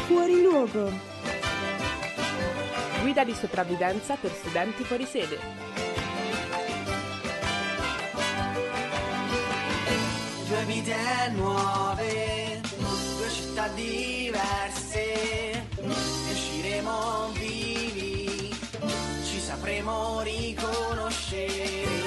Fuori luogo. Guida di sopravvivenza per studenti fuori sede. Due vite nuove, due città diverse, usciremo vivi, ci sapremo riconoscere.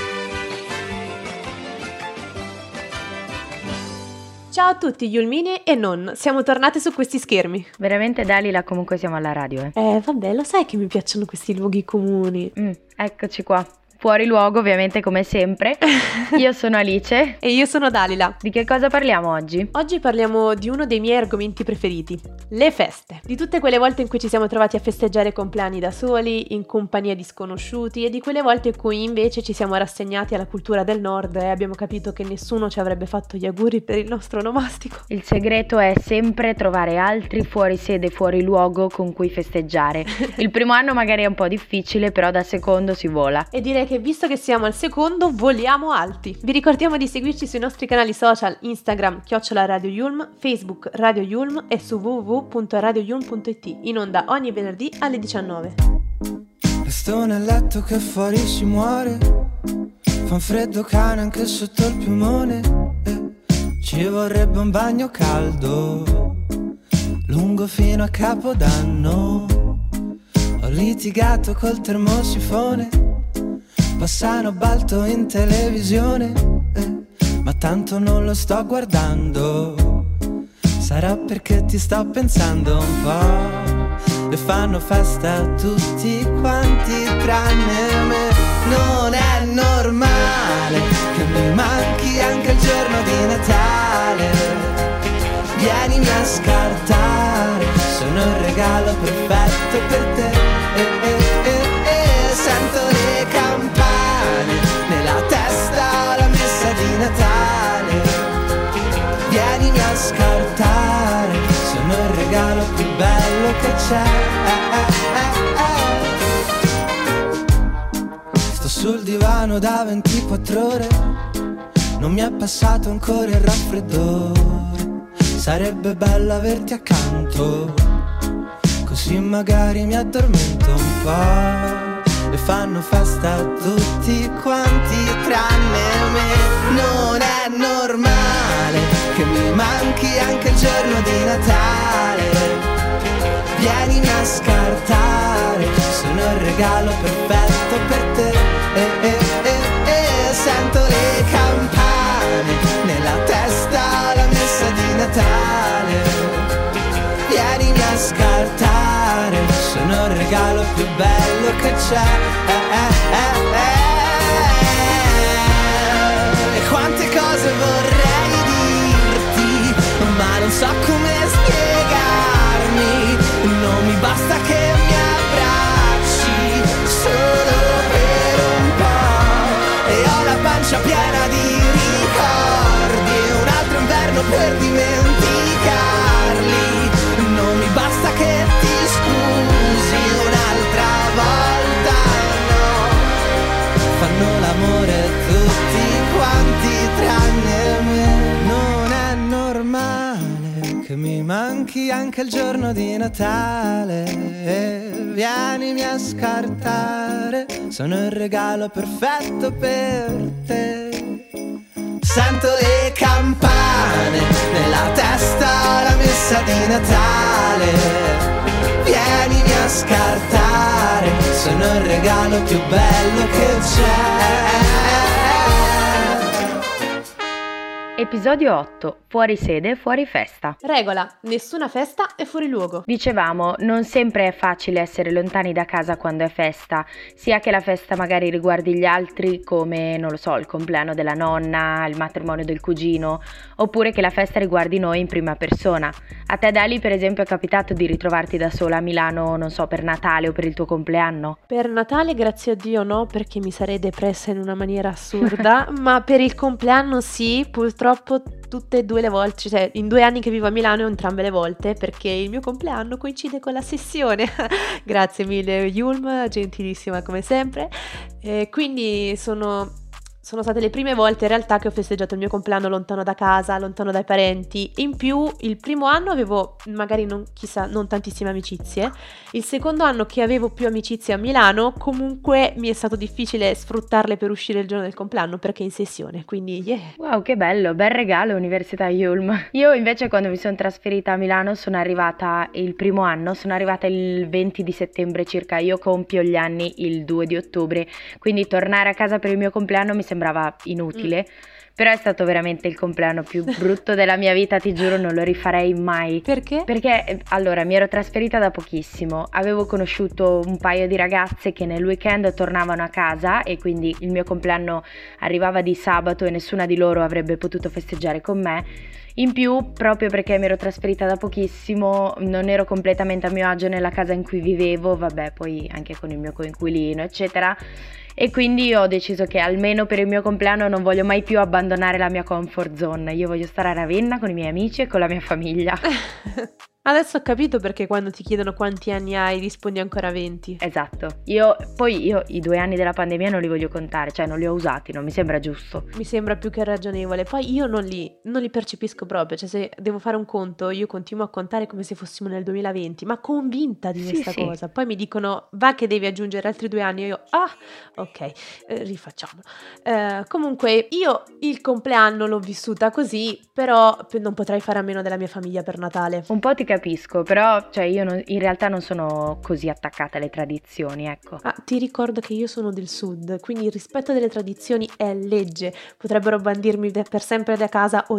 Ciao a tutti Yulmini e non, siamo tornate su questi schermi. Veramente Dalila, comunque siamo alla radio, Vabbè, lo sai che mi piacciono questi luoghi comuni. Eccoci qua. Fuori luogo, ovviamente, come sempre. Io sono Alice. E io sono Dalila. Di che cosa parliamo oggi? Oggi parliamo di uno dei miei argomenti preferiti, le feste. Di tutte quelle volte in cui ci siamo trovati a festeggiare i compleanni da soli, in compagnia di sconosciuti, e di quelle volte in cui invece ci siamo rassegnati alla cultura del nord e abbiamo capito che nessuno ci avrebbe fatto gli auguri per il nostro onomastico. Il segreto è sempre trovare altri fuori sede, fuori luogo con cui festeggiare. Il primo anno magari è un po' difficile, però dal secondo si vola. E direi che visto che siamo al secondo, voliamo alti. Vi ricordiamo di seguirci sui nostri canali social Instagram @Radio Yulm, Facebook Radio Yulm e su www.radioyulm.it, in onda ogni venerdì alle 19. Resto nel letto che fuori si muore, fa un freddo cane anche sotto il piumone, ci vorrebbe un bagno caldo, lungo fino a Capodanno. Ho litigato col termosifone, Bassano Balto in televisione, ma tanto non lo sto guardando. Sarà perché ti sto pensando un po', e fanno festa tutti quanti tranne me. Non è normale che mi manchi anche il giorno di Natale. Vienimi a scartare, sono il regalo perfetto per te. Sento le campane nella testa, la messa di Natale. Vienimi a scartare, sono il regalo più bello che c'è. Sto sul divano da 24 ore, non mi è passato ancora il raffreddore. Sarebbe bello averti accanto, così magari mi addormento un po'. E fanno festa tutti quanti tranne me. Non è normale che mi manchi anche il giorno di Natale. Vienimi a scartare, sono il regalo perfetto per te. Sento le campane nella testa, la messa di Natale. Vienimi a scartare, sono il regalo più bello che c'è. E quante cose vorrei dirti, ma non so come spiegarmi. Non mi basta che mi abbracci solo per un po', e ho la pancia piena di ricordi, un altro inverno per dimenticarli. Non mi basta che ti scusi un'altra volta, no. Fanno l'amore tutti quanti tranne me. Non è normale che mi manchi anche il giorno di Natale. Vienimi a scartare, sono il regalo perfetto per te. Sento le campane nella testa, la messa di Natale. Vienimi a scartare, sono il regalo più bello che c'è. Episodio 8. Fuori sede, fuori festa. Regola: nessuna festa è fuori luogo. Dicevamo, non sempre è facile essere lontani da casa quando è festa, sia che la festa magari riguardi gli altri, come, non lo so, il compleanno della nonna, il matrimonio del cugino, oppure che la festa riguardi noi in prima persona. A te, Dali, per esempio, è capitato di ritrovarti da sola a Milano, non so, per Natale o per il tuo compleanno? Per Natale, grazie a Dio, no, perché mi sarei depressa in una maniera assurda, ma per il compleanno sì, purtroppo tutte e due le volte, cioè in 2 anni che vivo a Milano entrambe le volte, perché il mio compleanno coincide con la sessione. Grazie mille Yulm, gentilissima come sempre. Quindi sono sono state le prime volte in realtà che ho festeggiato il mio compleanno lontano da casa, lontano dai parenti. In più, il primo anno avevo magari non tantissime amicizie. Il secondo anno che avevo più amicizie a Milano, comunque mi è stato difficile sfruttarle per uscire il giorno del compleanno perché in sessione, quindi yeah. Wow, che bello, bel regalo Università Yulm. Io invece quando mi sono trasferita a Milano sono arrivata il primo anno, sono arrivata il 20 di settembre circa, io compio gli anni il 2 di ottobre, quindi tornare a casa per il mio compleanno mi sembrava inutile. Però è stato veramente il compleanno più brutto della mia vita, ti giuro, non lo rifarei mai. Perché? Perché allora mi ero trasferita da pochissimo, avevo conosciuto un paio di ragazze che nel weekend tornavano a casa e quindi il mio compleanno arrivava di sabato e nessuna di loro avrebbe potuto festeggiare con me. In più, proprio perché mi ero trasferita da pochissimo, non ero completamente a mio agio nella casa in cui vivevo, vabbè, poi anche con il mio coinquilino, eccetera. E quindi ho deciso che almeno per il mio compleanno non voglio mai più abbandonare la mia comfort zone. Io voglio stare a Ravenna con i miei amici e con la mia famiglia. Adesso ho capito perché quando ti chiedono quanti anni hai rispondi ancora 20. Esatto. Io i 2 anni della pandemia non li voglio contare, cioè non li ho usati, non mi sembra giusto. Mi sembra più che ragionevole. Poi io non li percepisco proprio, cioè se devo fare un conto io continuo a contare come se fossimo nel 2020, ma convinta di questa cosa. Poi mi dicono va che devi aggiungere altri 2 anni e io ok, rifacciamo. Comunque io il compleanno l'ho vissuta così, però non potrei fare a meno della mia famiglia per Natale. Un po' ti capisco, però cioè io in realtà non sono così attaccata alle tradizioni, ecco. Ti ricordo che io sono del sud, quindi il rispetto delle tradizioni è legge. Potrebbero bandirmi per sempre da casa o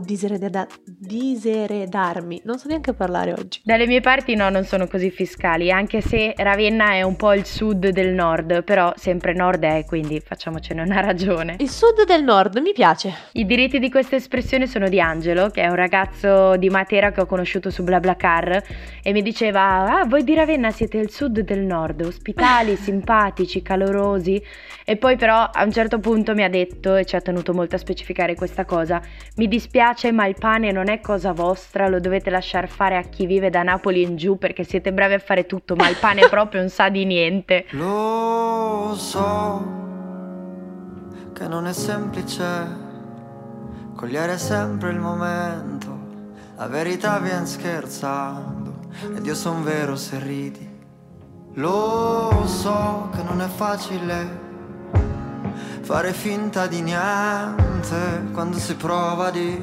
diseredarmi. Non so neanche parlare oggi. Dalle mie parti no, non sono così fiscali, anche se Ravenna è un po' il sud del nord, però sempre nord è, quindi facciamocene una ragione. Il sud del nord, mi piace. I diritti di questa espressione sono di Angelo, che è un ragazzo di Matera che ho conosciuto su BlaBlaCar e mi diceva voi di Ravenna siete il sud del nord, ospitali, simpatici, calorosi. E poi però a un certo punto mi ha detto, e ci ha tenuto molto a specificare questa cosa: mi dispiace ma il pane non è cosa vostra, lo dovete lasciar fare a chi vive da Napoli in giù perché siete bravi a fare tutto ma il pane proprio non sa di niente. Lo so che non è semplice cogliere sempre il momento. La verità vien scherzando ed io son vero se ridi. Lo so che non è facile fare finta di niente quando si prova di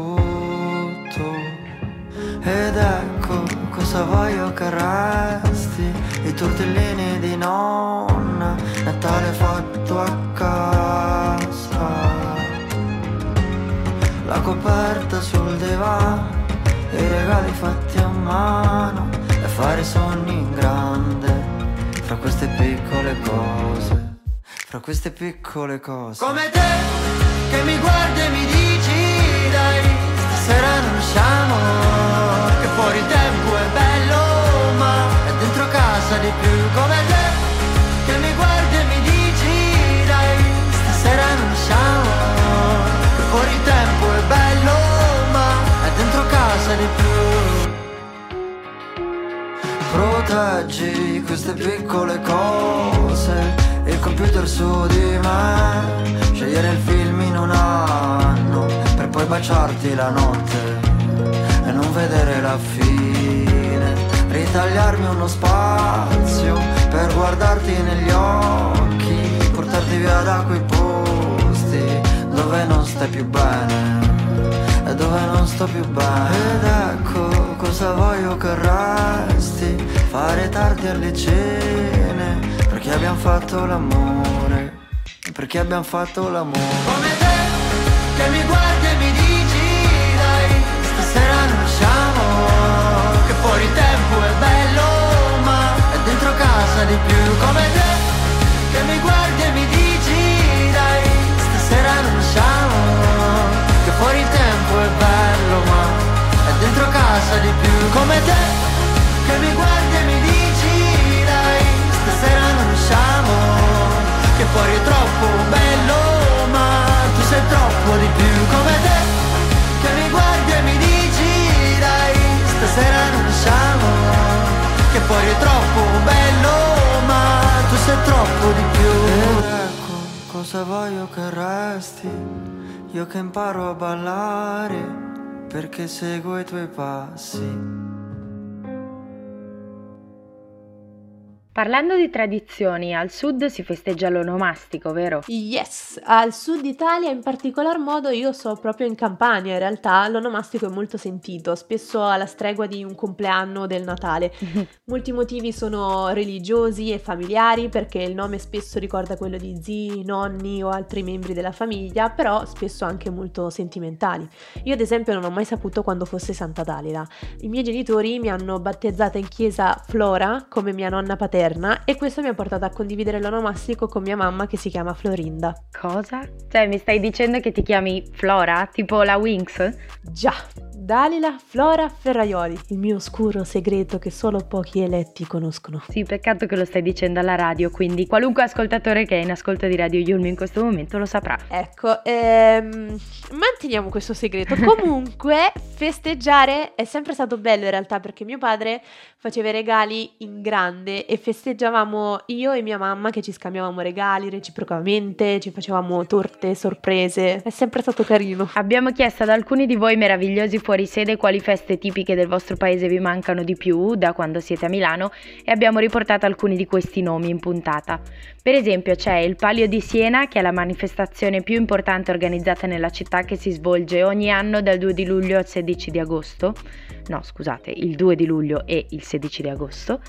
tutto. Ed ecco cosa voglio che resti: i tortellini di nonna, Natale fatto a casa, la coperta sul divano, i regali fatti a mano e fare sogni in grande fra queste piccole cose, fra queste piccole cose. Come te che mi guardi e mi dici dai, stasera non usciamo, che fuori il tempo è bello ma è dentro casa di più. Come te che mi guardi e mi dici dai, stasera non usciamo, che fuori il tempo è bello dentro casa di più. Proteggi queste piccole cose, il computer su di me, scegliere il film in un anno per poi baciarti la notte e non vedere la fine, ritagliarmi uno spazio per guardarti negli occhi, portarti via da quei posti dove non stai più bene e dove non sto più bene. Ed ecco cosa voglio che resti: fare tardi alle cene perché abbiamo fatto l'amore, perché abbiamo fatto l'amore. Come te che mi guardi e mi dici dai, stasera non usciamo, che fuori il tempo è bello ma è dentro casa di più. Come te che mi guardi e mi dici dai, stasera non usciamo, che fuori il tempo è bello ma è dentro casa di più. Come te che mi guardi e mi dici dai, stasera non usciamo, che fuori è troppo bello ma tu sei troppo di più. Come te che mi guardi e mi dici dai, stasera non usciamo, che fuori è troppo bello ma tu sei troppo di più. cosa voglio che resti, io che imparo a ballare, perché seguo i tuoi passi. Parlando di tradizioni, al sud si festeggia l'onomastico, vero? Yes, al sud Italia in particolar modo, io so proprio in Campania in realtà, l'onomastico è molto sentito, spesso alla stregua di un compleanno del Natale. Molti motivi sono religiosi e familiari, perché il nome spesso ricorda quello di zii, nonni o altri membri della famiglia, però spesso anche molto sentimentali. Io ad esempio non ho mai saputo quando fosse Santa Dalila. I miei genitori mi hanno battezzata in chiesa Flora, come mia nonna paterna, e questo mi ha portato a condividere l'onomastico con mia mamma che si chiama Florinda. Cosa? Cioè mi stai dicendo che ti chiami Flora? Tipo la Winx? Già, Dalila Flora Ferraioli, il mio oscuro segreto che solo pochi eletti conoscono. Sì, peccato che lo stai dicendo alla radio, quindi qualunque ascoltatore che è in ascolto di Radio Yulm in questo momento lo saprà. Ecco, manteniamo questo segreto. Comunque, festeggiare è sempre stato bello in realtà, perché mio padre faceva i regali in grande e festeggiavamo io e mia mamma che ci scambiavamo regali reciprocamente, ci facevamo torte, sorprese, è sempre stato carino. Abbiamo chiesto ad alcuni di voi meravigliosi fuori sede quali feste tipiche del vostro paese vi mancano di più da quando siete a Milano e abbiamo riportato alcuni di questi nomi in puntata. Per esempio c'è il Palio di Siena, che è la manifestazione più importante organizzata nella città, che si svolge ogni anno dal 2 di luglio al 16 di agosto. No, scusate, il 2 di luglio e il 16 di agosto.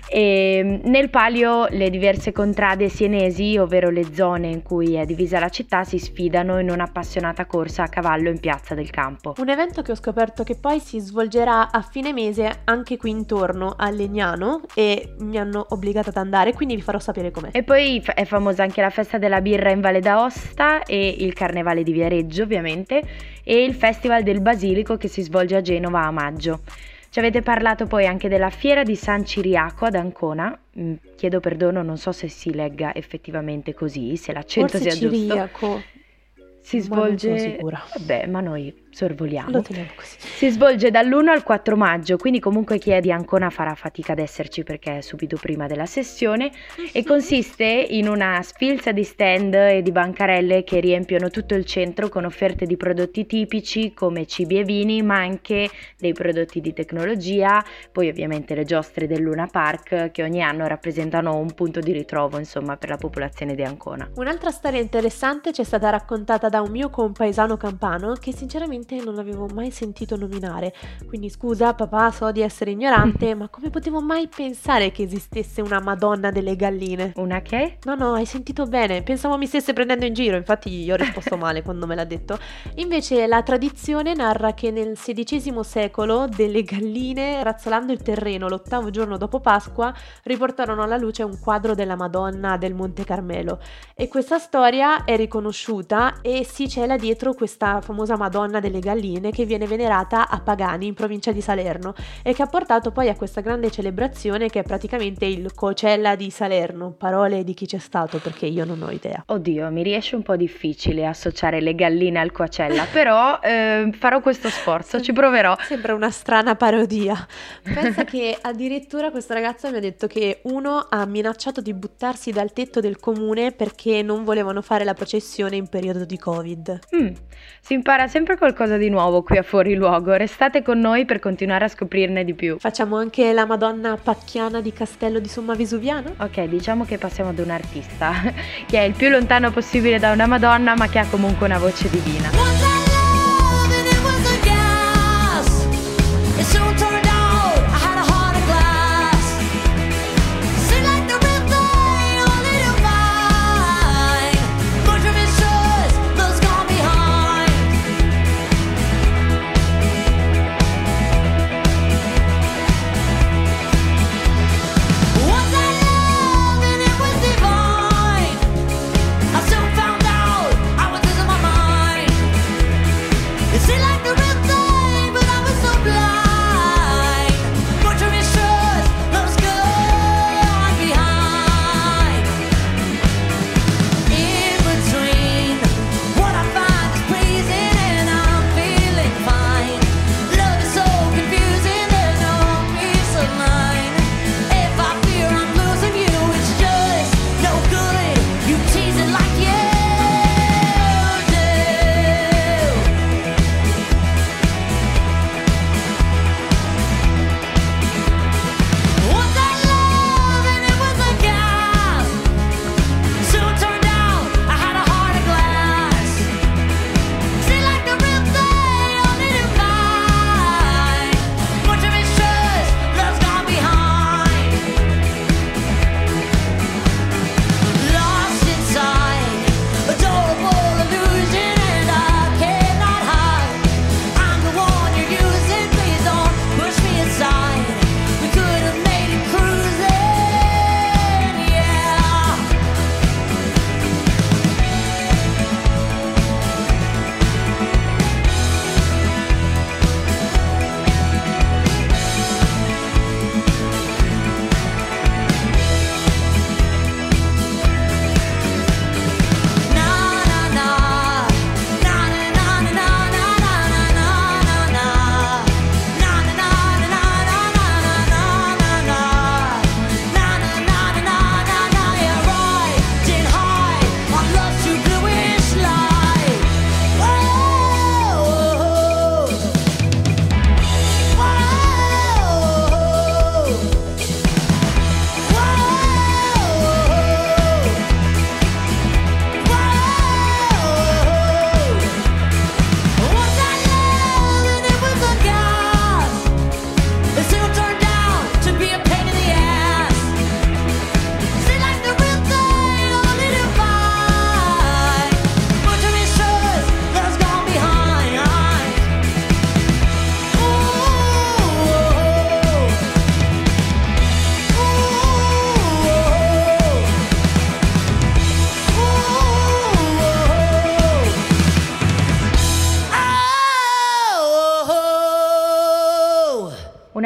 E nel palio le diverse contrade sienesi, ovvero le zone in cui è divisa la città, si sfidano in un'appassionata corsa a cavallo in Piazza del Campo. Un evento che ho scoperto che poi si svolgerà a fine mese anche qui intorno a Legnano e mi hanno obbligata ad andare, quindi vi farò sapere com'è. E poi è famosa anche la festa della birra in Valle d'Aosta e il carnevale di Viareggio, ovviamente, e il Festival del Basilico che si svolge a Genova a maggio. Ci avete parlato poi anche della fiera di San Ciriaco ad Ancona. Chiedo perdono, non so se si legga effettivamente così, se l'accento forse sia Ciriaco. giusto. Si svolge... non sono sicura. Vabbè, ma noi sorvoliamo. Lo teniamo così. Si svolge dall'1 al 4 maggio, quindi comunque chi è di Ancona farà fatica ad esserci perché è subito prima della sessione, e consiste in una sfilza di stand e di bancarelle che riempiono tutto il centro con offerte di prodotti tipici come cibi e vini, ma anche dei prodotti di tecnologia, poi ovviamente le giostre del Luna Park che ogni anno rappresentano un punto di ritrovo, insomma, per la popolazione di Ancona. Un'altra storia interessante ci è stata raccontata da un mio compaesano campano che sinceramente non avevo mai sentito nominare, quindi scusa papà, so di essere ignorante, ma come potevo mai pensare che esistesse una Madonna delle Galline? Una che? No, hai sentito bene, pensavo mi stesse prendendo in giro, infatti io ho risposto male quando me l'ha detto. Invece la tradizione narra che nel XVI secolo delle galline, razzolando il terreno l'8° giorno dopo Pasqua, riportarono alla luce un quadro della Madonna del Monte Carmelo, e questa storia è riconosciuta e si cela dietro questa famosa Madonna delle Galline che viene venerata a Pagani in provincia di Salerno e che ha portato poi a questa grande celebrazione che è praticamente il Coachella di Salerno. Parole di chi c'è stato, perché io non ho idea. Oddio, mi riesce un po' difficile associare le galline al Coachella, però farò questo sforzo, ci proverò. Sembra una strana parodia. Pensa che addirittura questa ragazza mi ha detto che uno ha minacciato di buttarsi dal tetto del comune perché non volevano fare la processione in periodo di Covid. Si impara sempre qualcosa di nuovo qui a Fuori Luogo, restate con noi per continuare a scoprirne di più. Facciamo anche la Madonna Pacchiana di Castello di Somma Vesuviano? Ok, diciamo che passiamo ad un artista che è il più lontano possibile da una Madonna, ma che ha comunque una voce divina.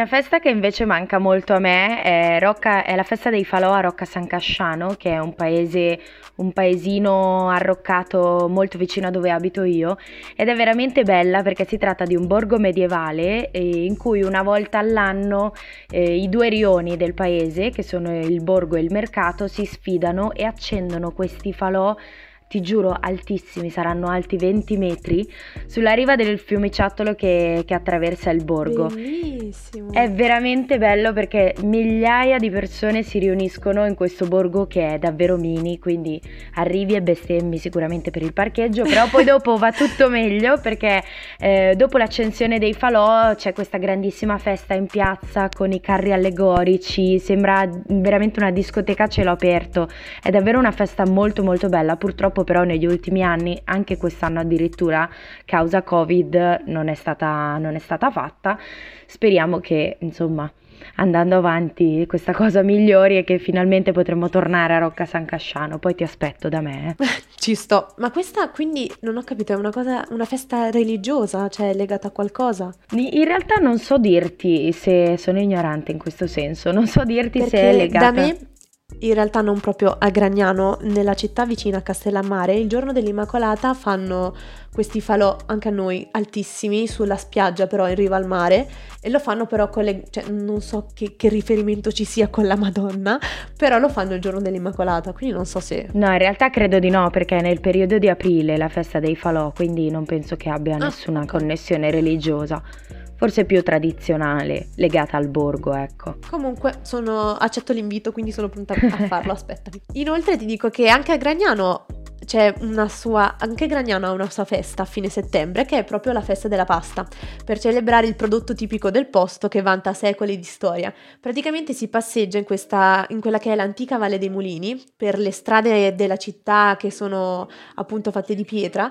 Una festa che invece manca molto a me è la festa dei falò a Rocca San Casciano, che è un paesino arroccato molto vicino a dove abito io, ed è veramente bella perché si tratta di un borgo medievale in cui una volta all'anno i due rioni del paese, che sono il borgo e il mercato, si sfidano e accendono questi falò, ti giuro, altissimi, saranno alti 20 metri, sulla riva del fiumiciattolo che attraversa il borgo. Bellissimo! È veramente bello perché migliaia di persone si riuniscono in questo borgo che è davvero mini, quindi arrivi e bestemmi sicuramente per il parcheggio, però poi dopo va tutto meglio perché dopo l'accensione dei falò c'è questa grandissima festa in piazza con i carri allegorici, sembra veramente una discoteca a cielo aperto, è davvero una festa molto molto bella. Purtroppo però negli ultimi anni, anche quest'anno addirittura, causa Covid non è stata fatta. Speriamo che, insomma, andando avanti questa cosa migliori e che finalmente potremo tornare a Rocca San Casciano. Poi ti aspetto da me. Ci sto. Ma questa quindi non ho capito, è una festa religiosa, cioè legata a qualcosa? In realtà non so dirti se sono ignorante in questo senso, non so dirti se è Perché legata. da me, in realtà non proprio a Gragnano, nella città vicina a Castellammare, il giorno dell'Immacolata fanno questi falò anche a noi, altissimi, sulla spiaggia però in riva al mare, e lo fanno però con cioè, non so che riferimento ci sia con la Madonna, però lo fanno il giorno dell'Immacolata, quindi non so se... No, in realtà credo di no, perché è nel periodo di aprile la festa dei falò, quindi non penso che abbia nessuna connessione religiosa. Forse più tradizionale, legata al borgo, ecco. Comunque accetto l'invito, quindi sono pronta a farlo, aspettami. Inoltre ti dico che anche a Gragnano anche Gragnano ha una sua festa a fine settembre, che è proprio la festa della pasta, per celebrare il prodotto tipico del posto che vanta secoli di storia. Praticamente si passeggia in quella che è l'antica Valle dei Mulini, per le strade della città che sono appunto fatte di pietra,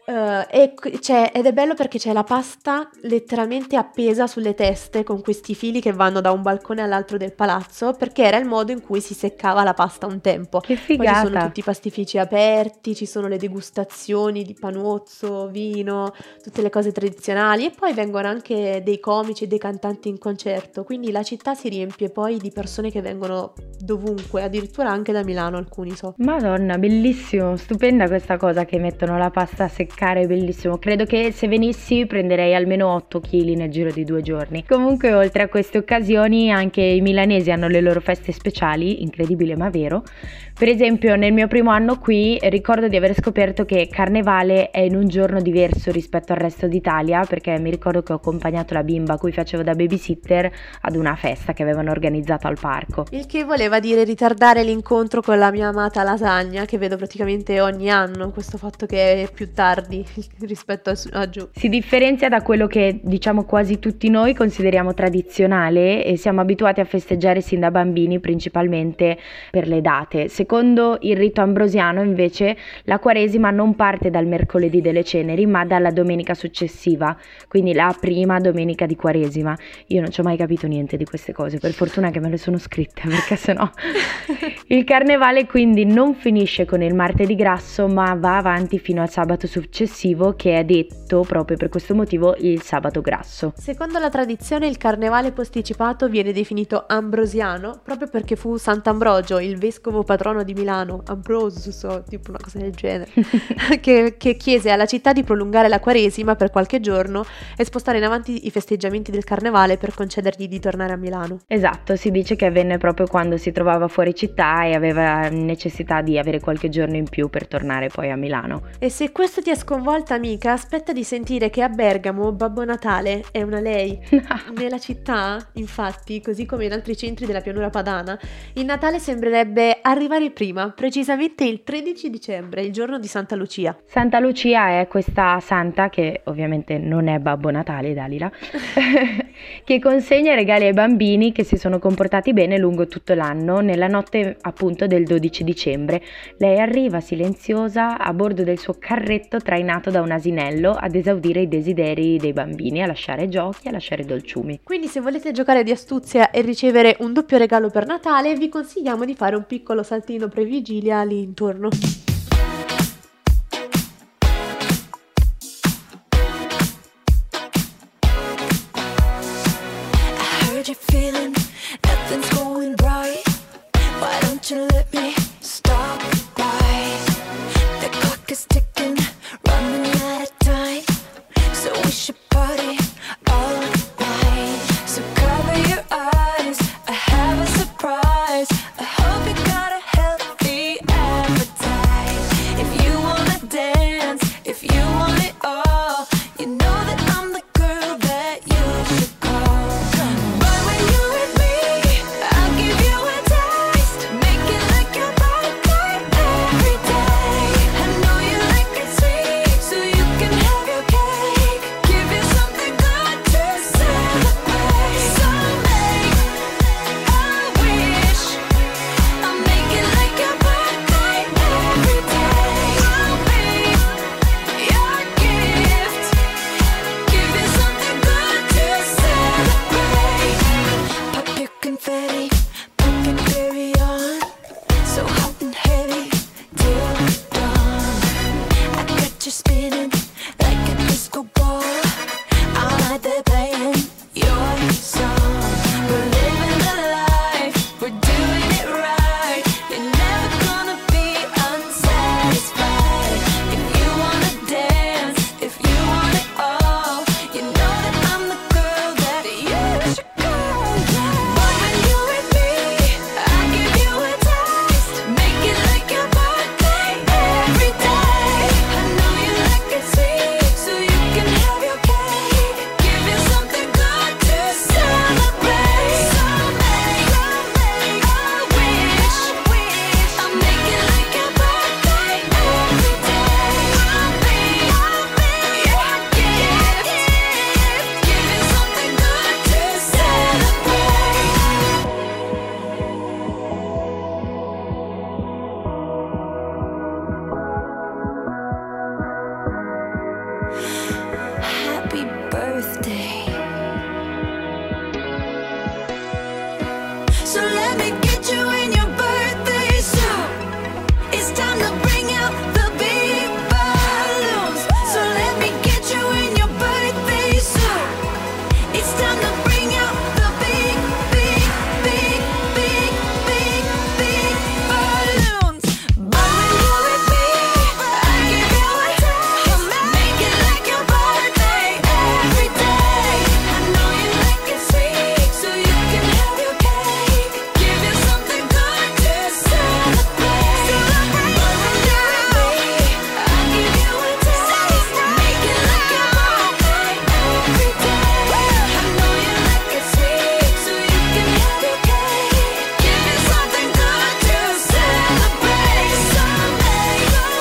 ed è bello perché c'è la pasta letteralmente appesa sulle teste con questi fili che vanno da un balcone all'altro del palazzo, perché era il modo in cui si seccava la pasta un tempo. Che Poi figata! ci sono tutti i pastifici aperti, ci sono le degustazioni di panuzzo, vino, tutte le cose tradizionali, e poi vengono anche dei comici e dei cantanti in concerto, quindi la città si riempie poi di persone che vengono dovunque, addirittura anche da Milano alcuni so. Madonna, bellissimo, stupenda questa cosa che mettono la pasta a seccare, bellissimo. Credo che se venissi prenderei almeno 8 kg nel giro di 2 giorni. Comunque, oltre a queste occasioni, anche i milanesi hanno le loro feste speciali, incredibile ma vero. Per esempio, nel mio primo anno qui ricordo di aver scoperto che Carnevale è in un giorno diverso rispetto al resto d'Italia, perché mi ricordo che ho accompagnato la bimba a cui facevo da babysitter ad una festa che avevano organizzato al parco. Il che voleva dire ritardare l'incontro con la mia amata lasagna, che vedo praticamente ogni anno, questo fatto che è più tardi rispetto a giù. Si differenzia da quello che diciamo quasi tutti noi consideriamo tradizionale e siamo abituati a festeggiare sin da bambini, principalmente per le date. Secondo il rito ambrosiano invece la Quaresima non parte dal mercoledì delle ceneri ma dalla domenica successiva, quindi la prima domenica di Quaresima. Io non ci ho mai capito niente di queste cose, per fortuna che me le sono scritte, perché sennò il Carnevale quindi non finisce con il martedì grasso ma va avanti fino al sabato successivo, che è detto proprio per questo motivo il sabato grasso. Secondo la tradizione il carnevale posticipato viene definito ambrosiano proprio perché fu Sant'Ambrogio, il vescovo patrono di Milano, Ambrosio, tipo una cosa del genere, che chiese alla città di prolungare la Quaresima per qualche giorno e spostare in avanti i festeggiamenti del carnevale per concedergli di tornare a Milano. Esatto, si dice che avvenne proprio quando si trovava fuori città e aveva necessità di avere qualche giorno in più per tornare poi a Milano. E se questo ti ha sconvolta, amica, aspetta di sentire che a Bergamo Babbo Natale è una lei. Nella città, infatti, così come in altri centri della pianura padana, il Natale sembrerebbe arrivare prima, precisamente il 13 dicembre, il giorno di Santa Lucia. Santa Lucia è questa santa, che ovviamente non è Babbo Natale, Dalila, che consegna regali ai bambini che si sono comportati bene lungo tutto l'anno, nella notte appunto del 12 dicembre. Lei arriva silenziosa a bordo del suo carretto trainato da un asinello ad esaudire i desideri dei bambini, a lasciare giochi, a lasciare dolciumi. Quindi se volete giocare di astuzia e ricevere un doppio regalo per Natale, vi consigliamo di fare un piccolo saltino pre-vigilia lì intorno. spinning like a disco ball. All night they're playing your song. We're living the life, we're doing it right. You're never gonna be unsatisfied. If you wanna dance, if you want it all, you know that I'm the girl that you should call. But when you're with me, I give you a taste. Make it like your birthday every day. I know you like it sweet, so you can have your cake. Give you something good to celebrate. Someday, I wish I'll make it like your birthday every day. I'll be your gift. Give you something good to celebrate. Happy birthday. So let me get you in your birthday suit. It's time to bring out the big balloons. So let me get you in your birthday suit. It's time to bring out the big, big, big, big, big, big balloons. But when you're with me, I give you a taste. Make it like your birthday every day. I know you like it sweet, so you can have your cake. Give you something good to celebrate. But when you're with me, I give you a taste. Make it like your birthday every day. I know you like it sweet, so you can have your cake. Give you something good to celebrate. Someday,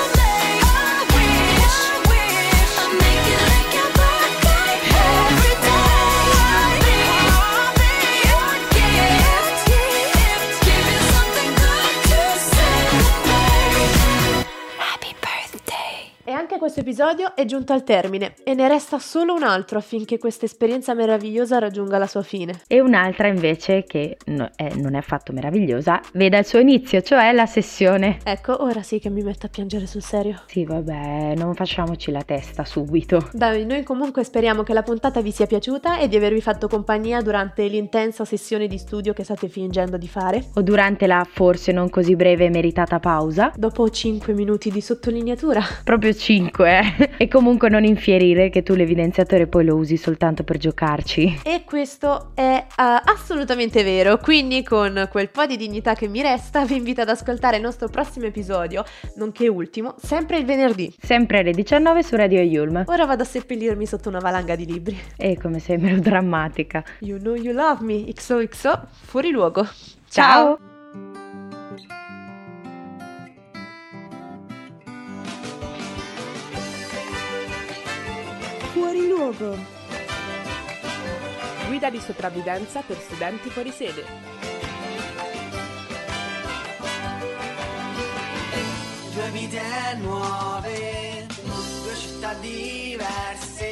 I wish I'll make it like your birthday every day. I'll be your gift. Give you something good to celebrate. Happy birthday. E anche questo episodio è giunto al termine e ne resta solo un altro affinché questa esperienza meravigliosa raggiunga la sua fine. E un'altra invece che non è affatto meravigliosa veda il suo inizio, cioè la sessione. Ecco, ora sì che mi metto a piangere sul serio. Sì, vabbè, non facciamoci la testa subito. Dai, noi comunque speriamo che la puntata vi sia piaciuta e di avervi fatto compagnia durante l'intensa sessione di studio che state fingendo di fare. O durante la forse non così breve e meritata pausa. Dopo 5 minuti di sottolineatura. Proprio 5, E comunque non infierire che tu l'evidenziatore poi lo usi soltanto per giocarci. E questo è assolutamente vero, quindi con quel po' di dignità che mi resta vi invito ad ascoltare il nostro prossimo episodio, nonché ultimo, sempre il venerdì. Sempre alle 19 su Radio Yulm. Ora vado a seppellirmi sotto una valanga di libri. E come sei melodrammatica. You know you love me, XOXO, fuori luogo. Ciao! Fuori luogo. Guida di sopravvivenza per studenti fuori sede. Due vite nuove, due città diverse.